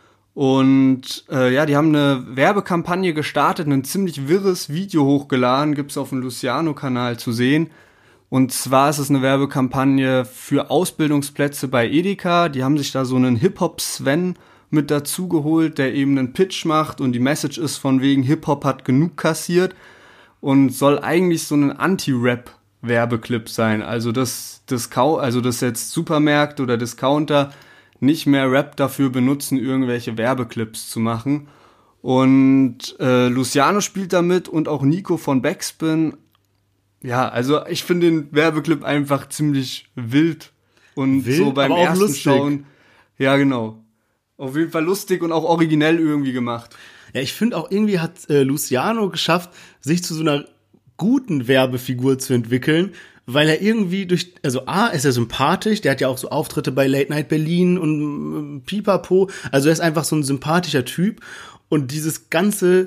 Und die haben eine Werbekampagne gestartet, ein ziemlich wirres Video hochgeladen, gibt's auf dem Luciano-Kanal zu sehen. Und zwar ist es eine Werbekampagne für Ausbildungsplätze bei Edeka. Die haben sich da so einen Hip-Hop-Sven mit dazu geholt, der eben einen Pitch macht und die Message ist von wegen Hip-Hop hat genug kassiert und soll eigentlich so ein Anti-Rap-Werbeclip sein. Also dass jetzt Supermärkte oder Discounter nicht mehr Rap dafür benutzen, irgendwelche Werbeclips zu machen. Und Luciano spielt damit und auch Nico von Backspin. Ja, also ich finde den Werbeclip einfach ziemlich wild und so beim aber auch ersten lustig. Schauen. Ja, genau. Auf jeden Fall lustig und auch originell irgendwie gemacht. Ja, ich finde auch irgendwie hat Luciano geschafft, sich zu so einer guten Werbefigur zu entwickeln, weil er irgendwie A, ist er sympathisch, der hat ja auch so Auftritte bei Late Night Berlin und Pipapo, also er ist einfach so ein sympathischer Typ und diese ganzen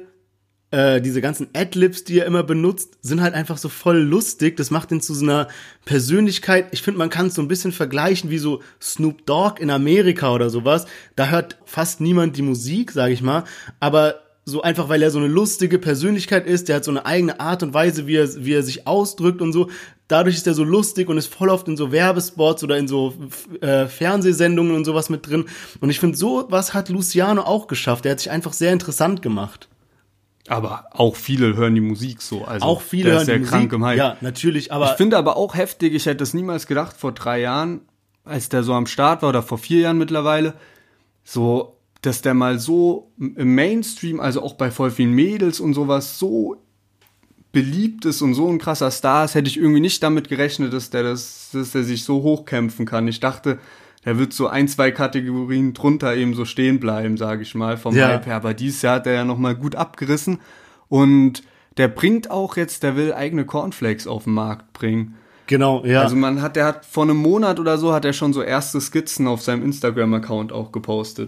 Adlibs, die er immer benutzt, sind halt einfach so voll lustig. Das macht ihn zu so einer Persönlichkeit. Ich finde, man kann es so ein bisschen vergleichen wie so Snoop Dogg in Amerika oder sowas. Da hört fast niemand die Musik, sage ich mal. Aber so einfach, weil er so eine lustige Persönlichkeit ist, der hat so eine eigene Art und Weise, wie er sich ausdrückt und so. Dadurch ist er so lustig und ist voll oft in so Werbespots oder in so Fernsehsendungen und sowas mit drin. Und ich finde, sowas hat Luciano auch geschafft. Er hat sich einfach sehr interessant gemacht. Aber auch viele hören die Musik so. Also auch viele hören die Musik. Krank im Hype. Ja, natürlich. Aber ich finde aber auch heftig, ich hätte es niemals gedacht, vor 3 Jahren, als der so am Start war, oder vor 4 Jahren mittlerweile, so, dass der mal so im Mainstream, also auch bei voll vielen Mädels und sowas, so beliebt ist und so ein krasser Star ist, hätte ich irgendwie nicht damit gerechnet, dass der sich so hochkämpfen kann. Ich dachte, der wird so 1, 2 Kategorien drunter eben so stehen bleiben, sage ich mal, vom Hype her. Aber dieses Jahr hat er ja nochmal gut abgerissen. Und der bringt auch jetzt, der will eigene Cornflakes auf den Markt bringen. Genau, ja. Also der hat vor einem Monat oder so, hat er schon so erste Skizzen auf seinem Instagram-Account auch gepostet.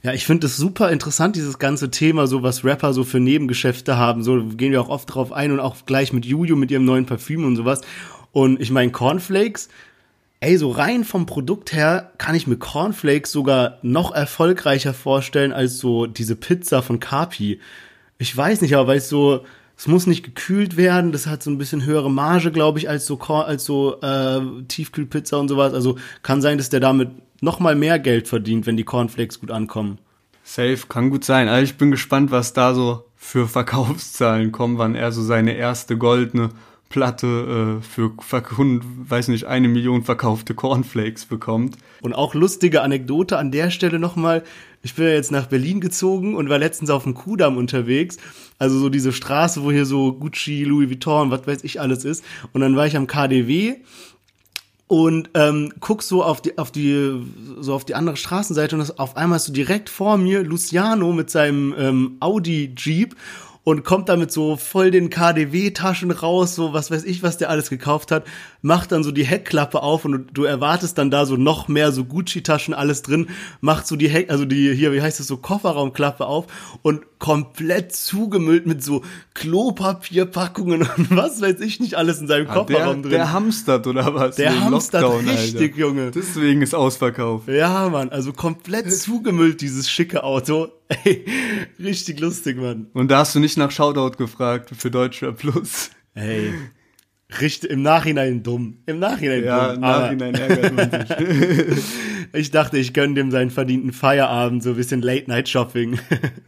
Ja, ich finde es super interessant, dieses ganze Thema, so was Rapper so für Nebengeschäfte haben. So gehen wir auch oft drauf ein und auch gleich mit Juju, mit ihrem neuen Parfüm und sowas. Und ich meine, Cornflakes, so rein vom Produkt her kann ich mir Cornflakes sogar noch erfolgreicher vorstellen als so diese Pizza von Kapi. Ich weiß nicht, aber weil es muss nicht gekühlt werden, das hat so ein bisschen höhere Marge, glaube ich, als so Tiefkühlpizza und sowas. Also kann sein, dass der damit noch mal mehr Geld verdient, wenn die Cornflakes gut ankommen. Safe, kann gut sein. Also ich bin gespannt, was da so für Verkaufszahlen kommen, wann er so seine erste goldene Platte für 1 Million verkaufte Cornflakes bekommt. Und auch lustige Anekdote an der Stelle nochmal. Ich bin ja jetzt nach Berlin gezogen und war letztens auf dem Kudamm unterwegs. Also so diese Straße, wo hier so Gucci, Louis Vuitton, was weiß ich alles ist. Und dann war ich am KaDeWe und guck so auf die andere Straßenseite und auf einmal ist so direkt vor mir Luciano mit seinem Audi Jeep und kommt damit so voll den KaDeWe-Taschen raus, so was weiß ich, was der alles gekauft hat, macht dann so die Heckklappe auf und du erwartest dann da so noch mehr so Gucci-Taschen, alles drin, macht so so Kofferraumklappe auf und komplett zugemüllt mit so Klopapierpackungen und was weiß ich nicht alles in seinem Kofferraum drin. Der hamstert oder was? Der hamstert Lockdown, richtig, Alter. Junge. Deswegen ist ausverkauft. Ja, Mann, also komplett zugemüllt, dieses schicke Auto. Ey, richtig lustig, Mann. Und da hast du nicht nach Shoutout gefragt für Deutschrap Plus. Ey, richtig, im Nachhinein dumm. Im Nachhinein Ja, dumm. im Nachhinein ärgert man sich. Ich dachte, ich gönne dem seinen verdienten Feierabend, so ein bisschen Late-Night-Shopping.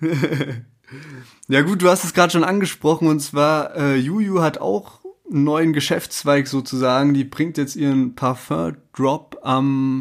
Ja gut, du hast es gerade schon angesprochen und zwar Juju hat auch einen neuen Geschäftszweig sozusagen. Die bringt jetzt ihren Parfum-Drop am,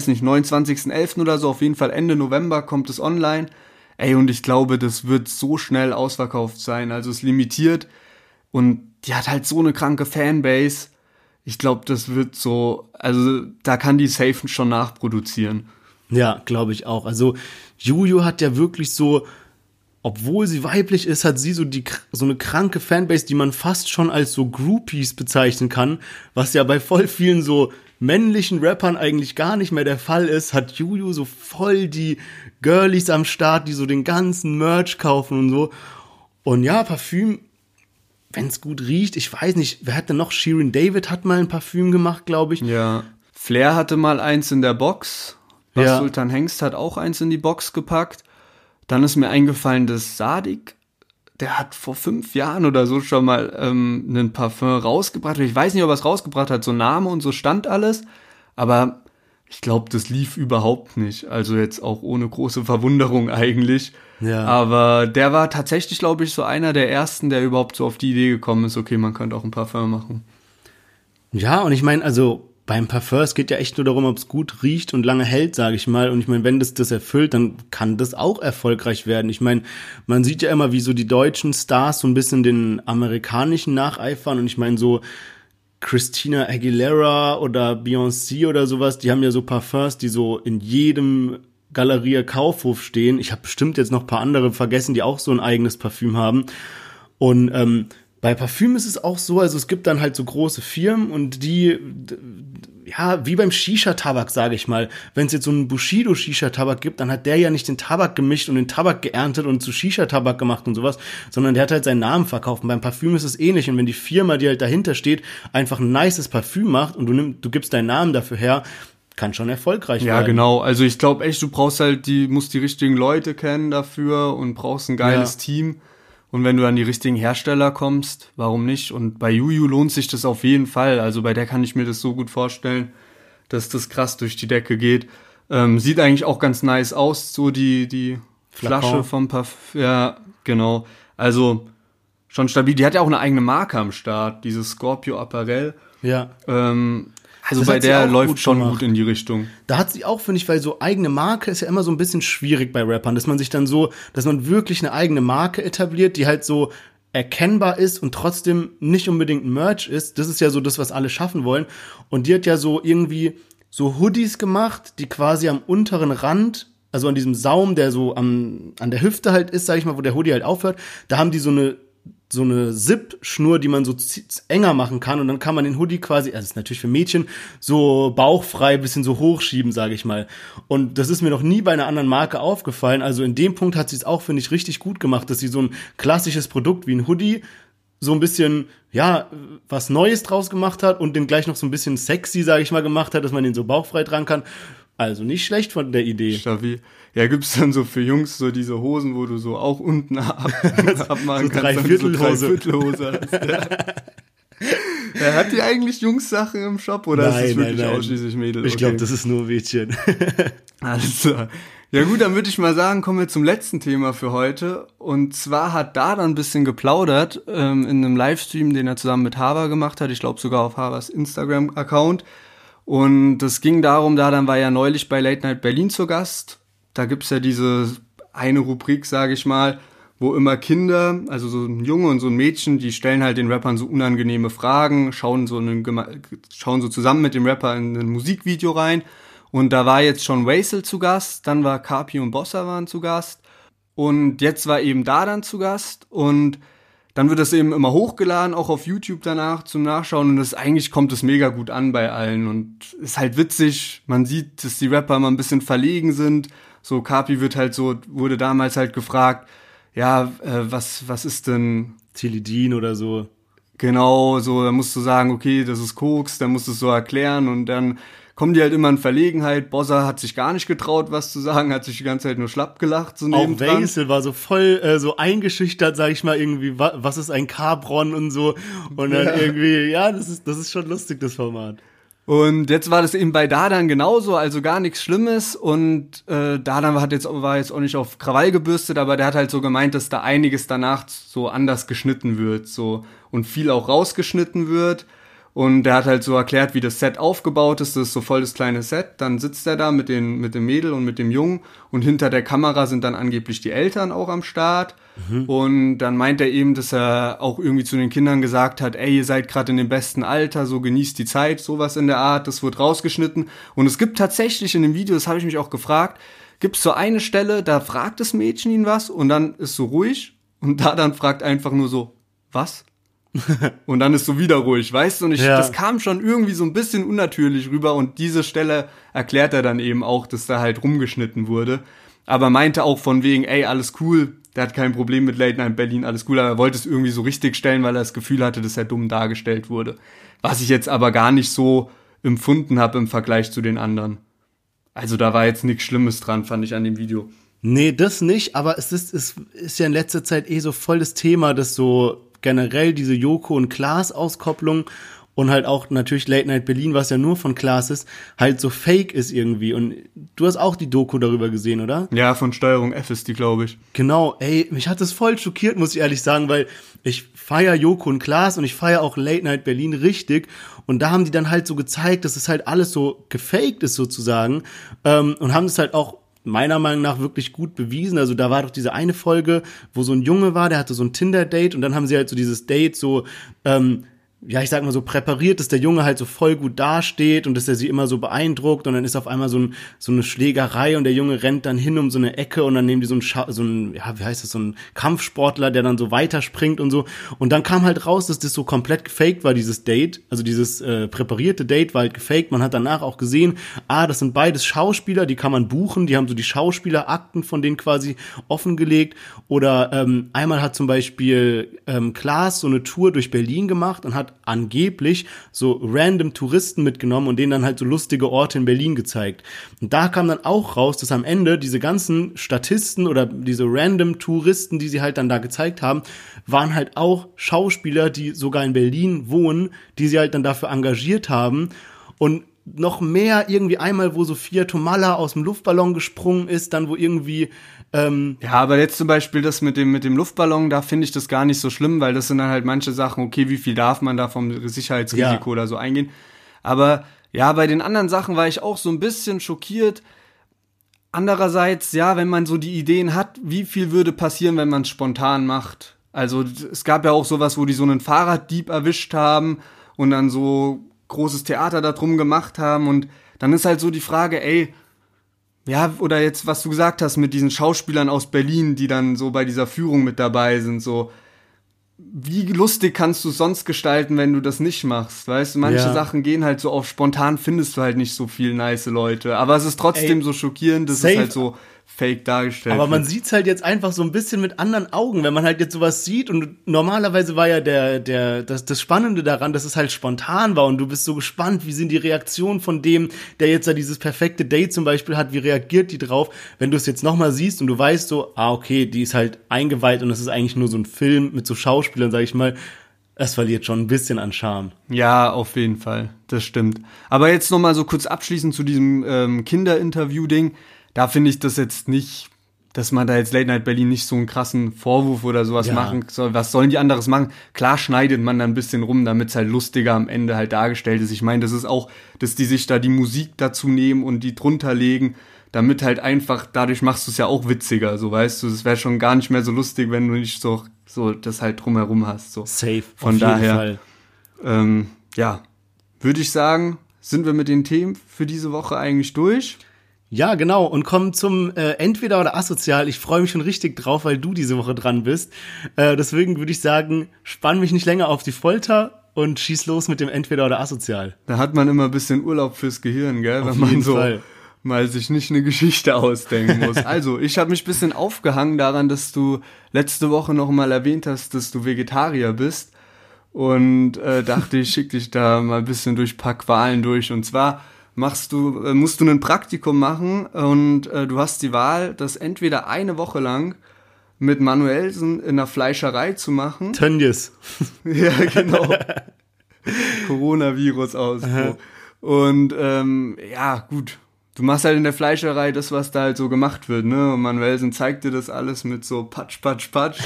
29.11. oder so. Auf jeden Fall Ende November kommt es online. Ey, und ich glaube, das wird so schnell ausverkauft sein. Also es ist limitiert und die hat halt so eine kranke Fanbase. Ich glaube, das wird so, also da kann die safe schon nachproduzieren. Ja, glaube ich auch. Also Juju hat ja wirklich so, obwohl sie weiblich ist, hat sie so eine kranke Fanbase, die man fast schon als so Groupies bezeichnen kann, was ja bei voll vielen so männlichen Rappern eigentlich gar nicht mehr der Fall ist, hat Juju so voll die Girlies am Start, die so den ganzen Merch kaufen und so. Und ja, Parfüm, wenn es gut riecht, ich weiß nicht, wer hat denn noch? Shirin David hat mal ein Parfüm gemacht, glaube ich. Ja, Flair hatte mal eins in der Box. Ja. Sultan Hengst hat auch eins in die Box gepackt. Dann ist mir eingefallen, dass Sadik, der hat vor 5 Jahren oder so schon mal einen Parfum rausgebracht. Ich weiß nicht, ob er es rausgebracht hat, so Name und so stand alles. Aber ich glaube, das lief überhaupt nicht. Also jetzt auch ohne große Verwunderung eigentlich. Ja. Aber der war tatsächlich, glaube ich, so einer der ersten, der überhaupt so auf die Idee gekommen ist, okay, man könnte auch ein Parfum machen. Ja, und ich meine, also beim Parfum, es geht ja echt nur darum, ob es gut riecht und lange hält, sage ich mal. Und ich meine, wenn das erfüllt, dann kann das auch erfolgreich werden. Ich meine, man sieht ja immer, wie so die deutschen Stars so ein bisschen den amerikanischen nacheifern. Und ich meine, so Christina Aguilera oder Beyoncé oder sowas, die haben ja so Parfums, die so in jedem Galeria Kaufhof stehen. Ich habe bestimmt jetzt noch ein paar andere vergessen, die auch so ein eigenes Parfüm haben. Und bei Parfüm ist es auch so, also es gibt dann halt so große Firmen und die, ja, wie beim Shisha-Tabak, sage ich mal, wenn es jetzt so einen Bushido-Shisha-Tabak gibt, dann hat der ja nicht den Tabak gemischt und den Tabak geerntet und zu Shisha-Tabak gemacht und sowas, sondern der hat halt seinen Namen verkauft. Und beim Parfüm ist es ähnlich. Und wenn die Firma, die halt dahinter steht, einfach ein nices Parfüm macht und du gibst deinen Namen dafür her, kann schon erfolgreich werden. Ja, genau. Also ich glaube echt, du brauchst halt musst die richtigen Leute kennen dafür und brauchst ein geiles Team. Und wenn du an die richtigen Hersteller kommst, warum nicht? Und bei Juju lohnt sich das auf jeden Fall. Also bei der kann ich mir das so gut vorstellen, dass das krass durch die Decke geht. Sieht eigentlich auch ganz nice aus, so die Flasche vom Parfüm. Ja, genau. Also schon stabil. Die hat ja auch eine eigene Marke am Start, dieses Scorpio Apparel. Ja. Also Das bei hat sie der auch läuft gut schon gemacht. gut in die Richtung. Da hat sie auch, finde ich, weil so eigene Marke ist ja immer so ein bisschen schwierig bei Rappern, dass man wirklich eine eigene Marke etabliert, die halt so erkennbar ist und trotzdem nicht unbedingt Merch ist. Das ist ja so das, was alle schaffen wollen. Und die hat ja so irgendwie so Hoodies gemacht, die quasi am unteren Rand, also an diesem Saum, der so an der Hüfte halt ist, sag ich mal, wo der Hoodie halt aufhört, da haben die so eine so eine Zip-Schnur, die man so enger machen kann und dann kann man den Hoodie quasi, also das ist natürlich für Mädchen, so bauchfrei ein bisschen so hochschieben, sage ich mal. Und das ist mir noch nie bei einer anderen Marke aufgefallen. Also in dem Punkt hat sie es auch, finde ich, richtig gut gemacht, dass sie so ein klassisches Produkt wie ein Hoodie so ein bisschen, ja, was Neues draus gemacht hat und den gleich noch so ein bisschen sexy, sage ich mal, gemacht hat, dass man den so bauchfrei tragen kann. Also nicht schlecht von der Idee. Stabil. Ja, gibt's dann so für Jungs so diese Hosen, wo du so auch unten abmachen so kannst. Dreiviertelhose hast, ja. Hat die eigentlich Jungs-Sachen im Shop oder ist es wirklich ausschließlich Mädel? Ich glaube, das ist nur Mädchen. Alles klar. Ja gut, dann würde ich mal sagen, kommen wir zum letzten Thema für heute. Und zwar hat Dada ein bisschen geplaudert in einem Livestream, den er zusammen mit Hava gemacht hat. Ich glaube sogar auf Havas Instagram-Account. Und es ging darum, Dada war ja neulich bei Late Night Berlin zu Gast. Da gibt's ja diese eine Rubrik, sage ich mal, wo immer Kinder, also so ein Junge und so ein Mädchen, die stellen halt den Rappern so unangenehme Fragen, schauen so zusammen mit dem Rapper in ein Musikvideo rein. Und da war jetzt schon Waisel zu Gast, dann war Kapi und Bossa waren zu Gast und jetzt war eben Dadan zu Gast und dann wird das eben immer hochgeladen, auch auf YouTube danach zum Nachschauen und eigentlich kommt es mega gut an bei allen und ist halt witzig, man sieht, dass die Rapper mal ein bisschen verlegen sind, so Kapi wurde damals halt gefragt, ja, was ist denn Tilidin oder so. Genau, so, da musst du sagen, okay, das ist Koks, dann musst du es so erklären und dann kommen die halt immer in Verlegenheit. Bossa hat sich gar nicht getraut, was zu sagen, hat sich die ganze Zeit nur schlapp gelacht. So auch Waisel war so voll so eingeschüchtert, sag ich mal, irgendwie, was ist ein Carbron und so. Und dann irgendwie, ja, das ist schon lustig, das Format. Und jetzt war das eben bei Dadan genauso, also gar nichts Schlimmes. Und Dadan war jetzt auch nicht auf Krawall gebürstet, aber der hat halt so gemeint, dass da einiges danach so anders geschnitten wird, so und viel auch rausgeschnitten wird. Und der hat halt so erklärt, wie das Set aufgebaut ist. Das ist so voll das kleine Set. Dann sitzt er da mit dem Mädel und mit dem Jungen. Und hinter der Kamera sind dann angeblich die Eltern auch am Start. Und dann meint er eben, dass er auch irgendwie zu den Kindern gesagt hat, ey, ihr seid gerade in dem besten Alter, so genießt die Zeit, sowas in der Art. Das wird rausgeschnitten. Und es gibt tatsächlich in dem Video, das habe ich mich auch gefragt, gibt es so eine Stelle, da fragt das Mädchen ihn was und dann ist so ruhig. Und dann fragt einfach nur so, was? Und dann ist so wieder ruhig, weißt du? Und das kam schon irgendwie so ein bisschen unnatürlich rüber und diese Stelle erklärt er dann eben auch, dass da halt rumgeschnitten wurde. Aber meinte auch von wegen, ey, alles cool, der hat kein Problem mit Late Night Berlin, alles cool, aber er wollte es irgendwie so richtig stellen, weil er das Gefühl hatte, dass er dumm dargestellt wurde. Was ich jetzt aber gar nicht so empfunden habe im Vergleich zu den anderen. Also da war jetzt nichts Schlimmes dran, fand ich an dem Video. Nee, das nicht, aber es ist ja in letzter Zeit so voll das Thema, dass so generell diese Joko und Klaas Auskopplung und halt auch natürlich Late Night Berlin, was ja nur von Klaas ist, halt so fake ist irgendwie. Und du hast auch die Doku darüber gesehen, oder? Ja, von Steuerung F ist die, glaube ich. Genau, ey, mich hat das voll schockiert, muss ich ehrlich sagen, weil ich feier Joko und Klaas und ich feier auch Late Night Berlin richtig. Und da haben die dann halt so gezeigt, dass es halt alles so gefaked ist sozusagen und haben das halt auch meiner Meinung nach wirklich gut bewiesen. Also da war doch diese eine Folge, wo so ein Junge war, der hatte so ein Tinder-Date und dann haben sie halt so dieses Date so, ja, ich sag mal so präpariert, dass der Junge halt so voll gut dasteht und dass er sie immer so beeindruckt und dann ist auf einmal so eine Schlägerei und der Junge rennt dann hin um so eine Ecke und dann nehmen die so einen Kampfsportler, der dann so weiterspringt und so und dann kam halt raus, dass das so komplett gefaked war, dieses Date, also dieses präparierte Date war halt gefaked, man hat danach auch gesehen, das sind beides Schauspieler, die kann man buchen, die haben so die Schauspielerakten von denen quasi offengelegt oder einmal hat zum Beispiel Klaas so eine Tour durch Berlin gemacht und hat angeblich so random Touristen mitgenommen und denen dann halt so lustige Orte in Berlin gezeigt. Und da kam dann auch raus, dass am Ende diese ganzen Statisten oder diese random Touristen, die sie halt dann da gezeigt haben, waren halt auch Schauspieler, die sogar in Berlin wohnen, die sie halt dann dafür engagiert haben und noch mehr irgendwie einmal, wo Sophia Tomalla aus dem Luftballon gesprungen ist, dann wo irgendwie ja, aber jetzt zum Beispiel das mit dem Luftballon, da finde ich das gar nicht so schlimm, weil das sind dann halt manche Sachen, okay, wie viel darf man da vom Sicherheitsrisiko oder so eingehen. Aber ja, bei den anderen Sachen war ich auch so ein bisschen schockiert. Andererseits, ja, wenn man so die Ideen hat, wie viel würde passieren, wenn man es spontan macht? Also es gab ja auch sowas, wo die so einen Fahrraddieb erwischt haben und dann so großes Theater da drum gemacht haben und dann ist halt so die Frage, ey, ja, oder jetzt, was du gesagt hast mit diesen Schauspielern aus Berlin, die dann so bei dieser Führung mit dabei sind, so, wie lustig kannst du sonst gestalten, wenn du das nicht machst, weißt du? Manche Sachen gehen halt so auf, spontan findest du halt nicht so viel nice Leute, aber es ist trotzdem so schockierend, dass es halt so fake dargestellt aber man wird. sieht's halt jetzt einfach so ein bisschen mit anderen Augen, wenn man halt jetzt sowas sieht und normalerweise war ja das Spannende daran, dass es halt spontan war und du bist so gespannt, wie sind die Reaktionen von dem, der jetzt da dieses perfekte Date zum Beispiel hat, wie reagiert die drauf, wenn du es jetzt nochmal siehst und du weißt so, okay, die ist halt eingeweiht und es ist eigentlich nur so ein Film mit so Schauspielern, sag ich mal, es verliert schon ein bisschen an Charme. Ja, auf jeden Fall, das stimmt. Aber jetzt nochmal so kurz abschließend zu diesem Kinderinterview-Ding. Da finde ich das jetzt nicht, dass man da jetzt Late Night Berlin nicht so einen krassen Vorwurf oder sowas machen soll. Was sollen die anderes machen? Klar schneidet man da ein bisschen rum, damit es halt lustiger am Ende halt dargestellt ist. Ich meine, das ist auch, dass die sich da die Musik dazu nehmen und die drunter legen, damit halt einfach, dadurch machst du es ja auch witziger, so weißt du. Es wäre schon gar nicht mehr so lustig, wenn du nicht so das halt drumherum hast. So. Safe, von daher, ja, würde ich sagen, sind wir mit den Themen für diese Woche eigentlich durch. Ja, genau. Und kommen zum Entweder oder Asozial. Ich freue mich schon richtig drauf, weil du diese Woche dran bist. Deswegen würde ich sagen, spann mich nicht länger auf die Folter und schieß los mit dem Entweder oder Asozial. Da hat man immer ein bisschen Urlaub fürs Gehirn, gell? Wenn man so mal sich nicht eine Geschichte ausdenken muss. Also, ich habe mich ein bisschen aufgehangen daran, dass du letzte Woche noch mal erwähnt hast, dass du Vegetarier bist. Und dachte, ich schicke dich da mal ein bisschen durch ein paar Qualen durch. Und zwar musst du ein Praktikum machen und du hast die Wahl, das entweder eine Woche lang mit Manuelsen in einer Fleischerei zu machen. Tönnies. Ja, genau. Coronavirus-Ausbruch. Und ja, gut. Du machst halt in der Fleischerei das, was da halt so gemacht wird, ne? Und Manuelsen zeigt dir das alles mit so Patsch, Patsch, Patsch.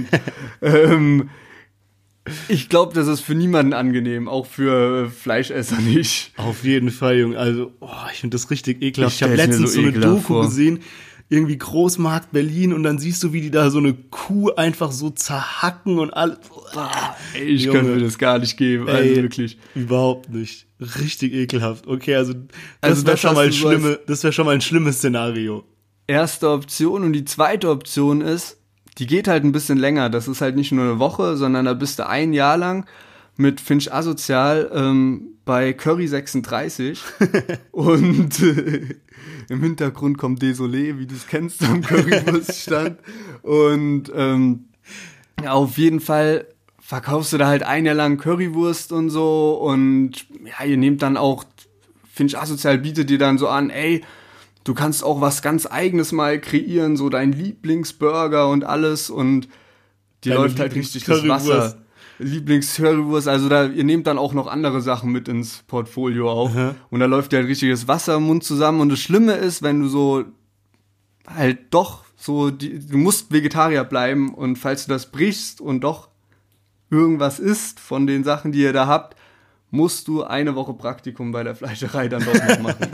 Und ich glaube, das ist für niemanden angenehm, auch für Fleischesser nicht. Auf jeden Fall, Junge. Also, ich finde das richtig ekelhaft. Ich habe letztens so eine Doku gesehen, irgendwie Großmarkt Berlin, und dann siehst du, wie die da so eine Kuh einfach so zerhacken und alles. Ey, ich könnte mir das gar nicht geben, also wirklich. Überhaupt nicht. Richtig ekelhaft. Okay, also das wäre schon mal ein schlimmes Szenario. Erste Option, und die zweite Option ist, die geht halt ein bisschen länger. Das ist halt nicht nur eine Woche, sondern da bist du ein Jahr lang mit Finch Asozial bei Curry 36 und im Hintergrund kommt Désolé, wie du es kennst, am Currywurststand. Und auf jeden Fall verkaufst du da halt ein Jahr lang Currywurst und so, und ja, ihr nehmt dann auch, Finch Asozial bietet dir dann so an, ey, du kannst auch was ganz Eigenes mal kreieren, so dein Lieblingsburger und alles, und dir läuft halt richtig das Wasser. Lieblings-Currywurst, also da, ihr nehmt dann auch noch andere Sachen mit ins Portfolio auch. Und da läuft dir halt richtiges Wasser im Mund zusammen. Und das Schlimme ist, wenn du so halt doch so, du musst Vegetarier bleiben, und falls du das brichst und doch irgendwas isst von den Sachen, die ihr da habt, musst du eine Woche Praktikum bei der Fleischerei dann doch noch machen.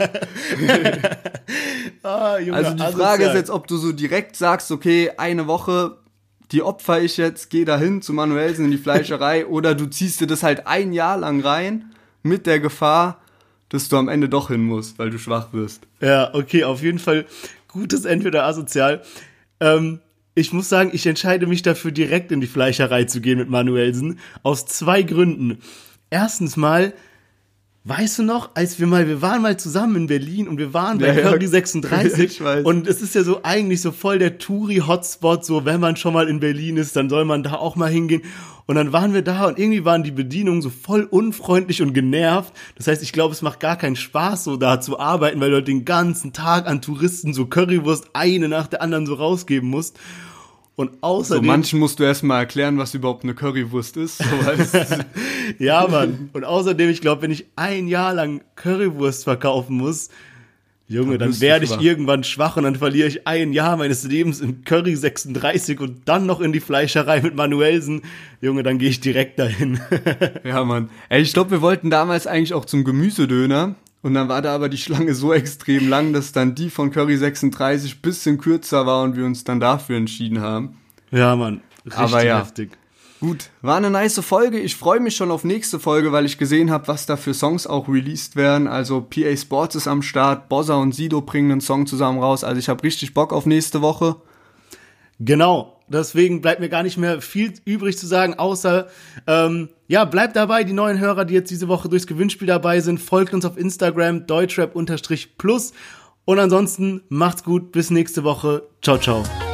Junge, also die Frage ist jetzt, ob du so direkt sagst, okay, eine Woche, die opfer ich jetzt, geh dahin zu Manuelsen in die Fleischerei, oder du ziehst dir das halt ein Jahr lang rein, mit der Gefahr, dass du am Ende doch hin musst, weil du schwach wirst. Ja, okay, auf jeden Fall gutes Entweder Asozial. Ich muss sagen, ich entscheide mich dafür, direkt in die Fleischerei zu gehen mit Manuelsen, aus 2 Gründen. Erstens mal, weißt du noch, wir waren mal zusammen in Berlin und wir waren bei Curry 36 und es ist ja so eigentlich so voll der Touri-Hotspot, so wenn man schon mal in Berlin ist, dann soll man da auch mal hingehen. Und dann waren wir da und irgendwie waren die Bedienungen so voll unfreundlich und genervt. Das heißt, ich glaube, es macht gar keinen Spaß, so da zu arbeiten, weil du halt den ganzen Tag an Touristen so Currywurst eine nach der anderen so rausgeben musst. Und außerdem... So manchen musst du erstmal erklären, was überhaupt eine Currywurst ist. So, ja, Mann. Und außerdem, ich glaube, wenn ich ein Jahr lang Currywurst verkaufen muss, Junge, dann werde ich irgendwann schwach und dann verliere ich ein Jahr meines Lebens in Curry 36 und dann noch in die Fleischerei mit Manuelsen. Junge, dann gehe ich direkt dahin. Ja, Mann. Ey, ich glaube, wir wollten damals eigentlich auch zum Gemüsedöner. Und dann war da aber die Schlange so extrem lang, dass dann die von Curry 36 ein bisschen kürzer war und wir uns dann dafür entschieden haben. Ja, Mann. Richtig heftig. Gut, war eine nice Folge. Ich freue mich schon auf nächste Folge, weil ich gesehen habe, was da für Songs auch released werden. Also PA Sports ist am Start, Bozza und Sido bringen einen Song zusammen raus. Also ich habe richtig Bock auf nächste Woche. Genau. deswegen bleibt mir gar nicht mehr viel übrig zu sagen, außer, bleibt dabei, die neuen Hörer, die jetzt diese Woche durchs Gewinnspiel dabei sind, folgt uns auf Instagram, deutschrap_plus und ansonsten macht's gut, bis nächste Woche, ciao, ciao.